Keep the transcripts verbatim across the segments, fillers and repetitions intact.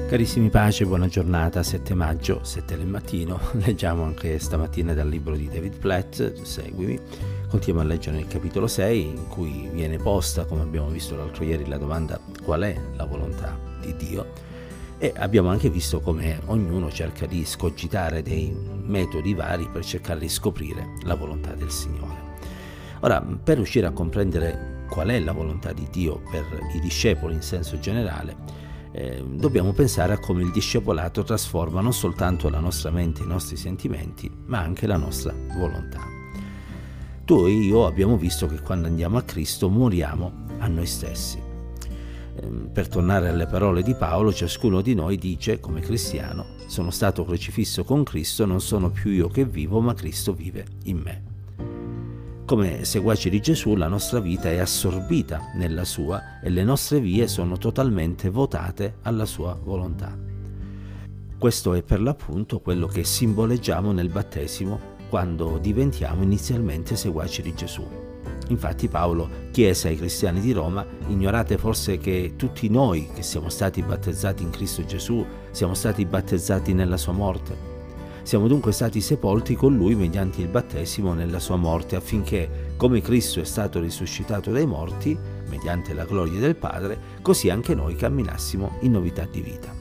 Carissimi pace, buona giornata, sette maggio, sette del mattino. Leggiamo anche stamattina dal libro di David Platt, Seguimi. Continuiamo a leggere nel capitolo sei, in cui viene posta, come abbiamo visto l'altro ieri, la domanda: qual è la volontà di Dio? E abbiamo anche visto come ognuno cerca di scogitare dei metodi vari per cercare di scoprire la volontà del Signore. Ora, per riuscire a comprendere qual è la volontà di Dio per i discepoli in senso generale, Eh, dobbiamo pensare a come il discepolato trasforma non soltanto la nostra mente e i nostri sentimenti, ma anche la nostra volontà. Tu e io abbiamo visto che quando andiamo a Cristo moriamo a noi stessi. Eh, per tornare alle parole di Paolo, ciascuno di noi dice, come cristiano: sono stato crocifisso con Cristo, non sono più io che vivo, ma Cristo vive in me. Come seguaci di Gesù, la nostra vita è assorbita nella sua e le nostre vie sono totalmente votate alla sua volontà. Questo è per l'appunto quello che simboleggiamo nel battesimo quando diventiamo inizialmente seguaci di Gesù. Infatti Paolo chiese ai cristiani di Roma: ignorate forse che tutti noi che siamo stati battezzati in Cristo Gesù siamo stati battezzati nella sua morte? Siamo dunque stati sepolti con Lui mediante il battesimo nella sua morte, affinché, come Cristo è stato risuscitato dai morti, mediante la gloria del Padre, così anche noi camminassimo in novità di vita.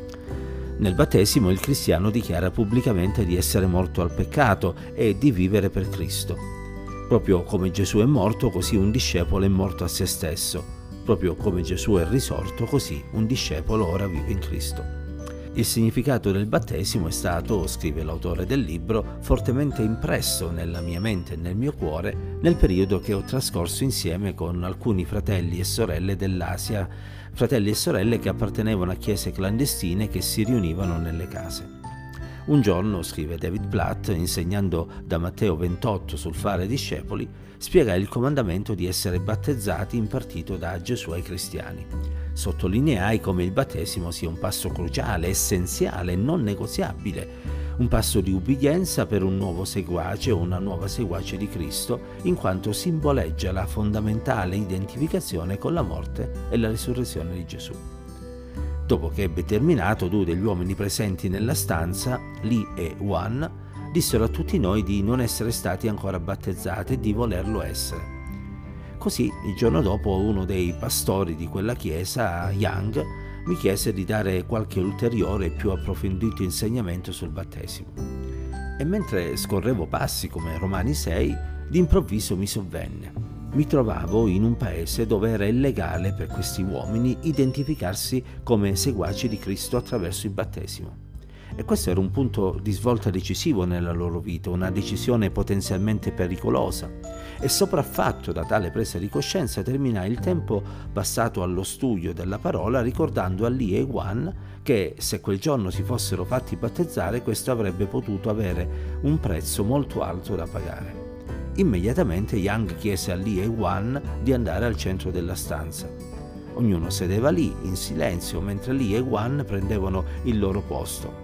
Nel battesimo il cristiano dichiara pubblicamente di essere morto al peccato e di vivere per Cristo. Proprio come Gesù è morto, così un discepolo è morto a se stesso. Proprio come Gesù è risorto, così un discepolo ora vive in Cristo. Il significato del battesimo è stato, scrive l'autore del libro, fortemente impresso nella mia mente e nel mio cuore nel periodo che ho trascorso insieme con alcuni fratelli e sorelle dell'Asia, fratelli e sorelle che appartenevano a chiese clandestine che si riunivano nelle case. Un giorno, scrive David Platt, insegnando da Matteo ventotto sul fare discepoli, spiegai il comandamento di essere battezzati impartito da Gesù ai cristiani. Sottolineai come il battesimo sia un passo cruciale, essenziale, non negoziabile, un passo di ubbidienza per un nuovo seguace o una nuova seguace di Cristo, in quanto simboleggia la fondamentale identificazione con la morte e la risurrezione di Gesù. Dopo che ebbe terminato, due degli uomini presenti nella stanza, Lee e Juan, dissero a tutti noi di non essere stati ancora battezzati e di volerlo essere. Così, il giorno dopo, uno dei pastori di quella chiesa, Young, mi chiese di dare qualche ulteriore e più approfondito insegnamento sul battesimo. E mentre scorrevo passi come Romani sei, d'improvviso mi sovvenne. Mi trovavo in un paese dove era illegale per questi uomini identificarsi come seguaci di Cristo attraverso il battesimo. E questo era un punto di svolta decisivo nella loro vita, una decisione potenzialmente pericolosa. E sopraffatto da tale presa di coscienza, terminai il tempo passato allo studio della parola ricordando a Lee e Juan che se quel giorno si fossero fatti battezzare, questo avrebbe potuto avere un prezzo molto alto da pagare. Immediatamente Young chiese a Lee e Juan di andare al centro della stanza. Ognuno sedeva lì in silenzio mentre Lee e Juan prendevano il loro posto.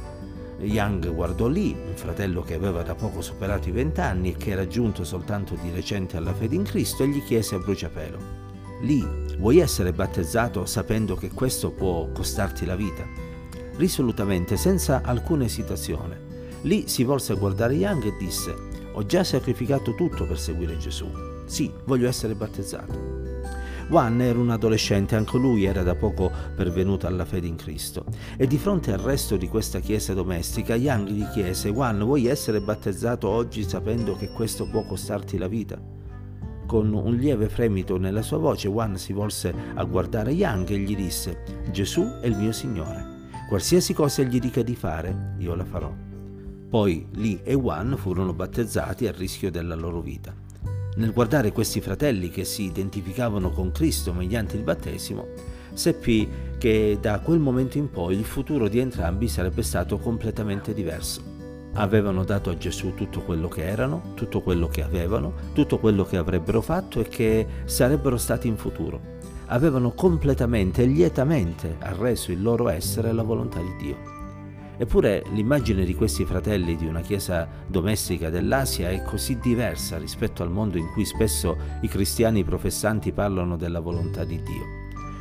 Young guardò Lee, un fratello che aveva da poco superato i vent'anni e che era giunto soltanto di recente alla fede in Cristo, e gli chiese a bruciapelo: Lee, vuoi essere battezzato sapendo che questo può costarti la vita? Risolutamente, senza alcuna esitazione, Lee si volse a guardare Young e disse: ho già sacrificato tutto per seguire Gesù. Sì, voglio essere battezzato. Juan era un adolescente, anche lui era da poco pervenuto alla fede in Cristo. E di fronte al resto di questa chiesa domestica, Young gli chiese: Juan, vuoi essere battezzato oggi sapendo che questo può costarti la vita? Con un lieve fremito nella sua voce, Juan si volse a guardare Young e gli disse: Gesù è il mio Signore. Qualsiasi cosa gli dica di fare, io la farò. Poi Lee e Juan furono battezzati a rischio della loro vita. Nel guardare questi fratelli che si identificavano con Cristo mediante il battesimo, seppi che da quel momento in poi il futuro di entrambi sarebbe stato completamente diverso. Avevano dato a Gesù tutto quello che erano, tutto quello che avevano, tutto quello che avrebbero fatto e che sarebbero stati in futuro. Avevano completamente e lietamente arreso il loro essere alla volontà di Dio. Eppure l'immagine di questi fratelli di una chiesa domestica dell'Asia è così diversa rispetto al mondo in cui spesso i cristiani professanti parlano della volontà di Dio.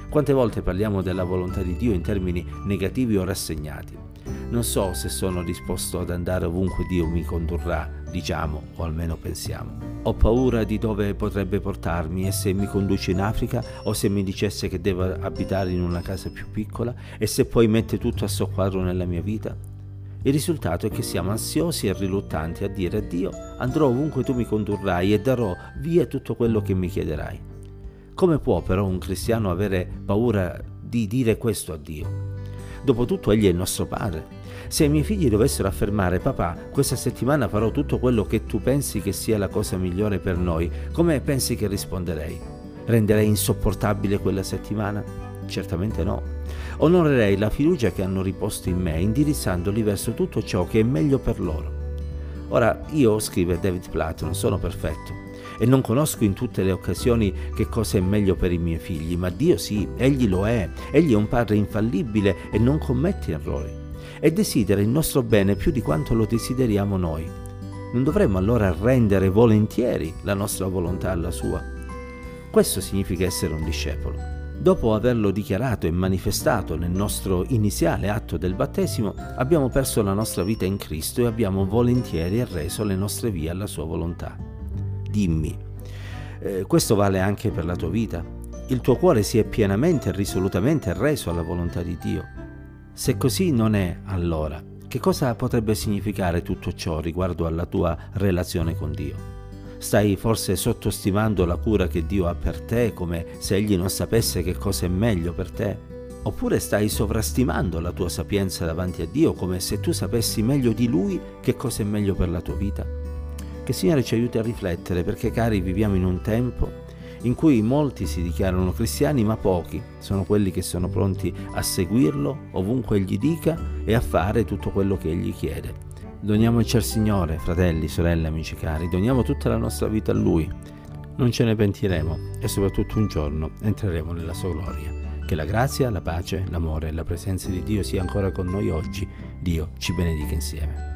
Quante volte parliamo della volontà di Dio in termini negativi o rassegnati? Non so se sono disposto ad andare ovunque Dio mi condurrà, diciamo, o almeno pensiamo. Ho paura di dove potrebbe portarmi e se mi conduce in Africa o se mi dicesse che devo abitare in una casa più piccola e se poi mette tutto a soqquadro nella mia vita. Il risultato è che siamo ansiosi e riluttanti a dire a Dio: andrò ovunque tu mi condurrai e darò via tutto quello che mi chiederai. Come può però un cristiano avere paura di dire questo a Dio? Dopotutto Egli è il nostro Padre. Se i miei figli dovessero affermare: papà, questa settimana farò tutto quello che tu pensi che sia la cosa migliore per noi, come pensi che risponderei? Renderei insopportabile quella settimana? Certamente no. Onorerei la fiducia che hanno riposto in me, indirizzandoli verso tutto ciò che è meglio per loro. Ora, io, scrive David Platt, non sono perfetto e non conosco in tutte le occasioni che cosa è meglio per i miei figli, ma Dio sì, Egli lo è. Egli è un Padre infallibile e non commette errori. E desidera il nostro bene più di quanto lo desideriamo noi. Non dovremmo allora rendere volentieri la nostra volontà alla sua? Questo significa essere un discepolo. Dopo averlo dichiarato e manifestato nel nostro iniziale atto del battesimo, abbiamo perso la nostra vita in Cristo e abbiamo volentieri reso le nostre vie alla sua volontà. Dimmi, eh, questo vale anche per la tua vita? Il tuo cuore si è pienamente e risolutamente reso alla volontà di Dio? Se così non è, allora, che cosa potrebbe significare tutto ciò riguardo alla tua relazione con Dio? Stai forse sottostimando la cura che Dio ha per te, come se Egli non sapesse che cosa è meglio per te? Oppure stai sovrastimando la tua sapienza davanti a Dio, come se tu sapessi meglio di Lui che cosa è meglio per la tua vita? Che il Signore ci aiuti a riflettere, perché cari, viviamo in un tempo in cui molti si dichiarano cristiani, ma pochi sono quelli che sono pronti a seguirlo ovunque Egli dica e a fare tutto quello che Egli chiede. Doniamoci al Signore, fratelli, sorelle, amici cari, doniamo tutta la nostra vita a Lui. Non ce ne pentiremo e soprattutto un giorno entreremo nella sua gloria. Che la grazia, la pace, l'amore e la presenza di Dio sia ancora con noi oggi. Dio ci benedica insieme.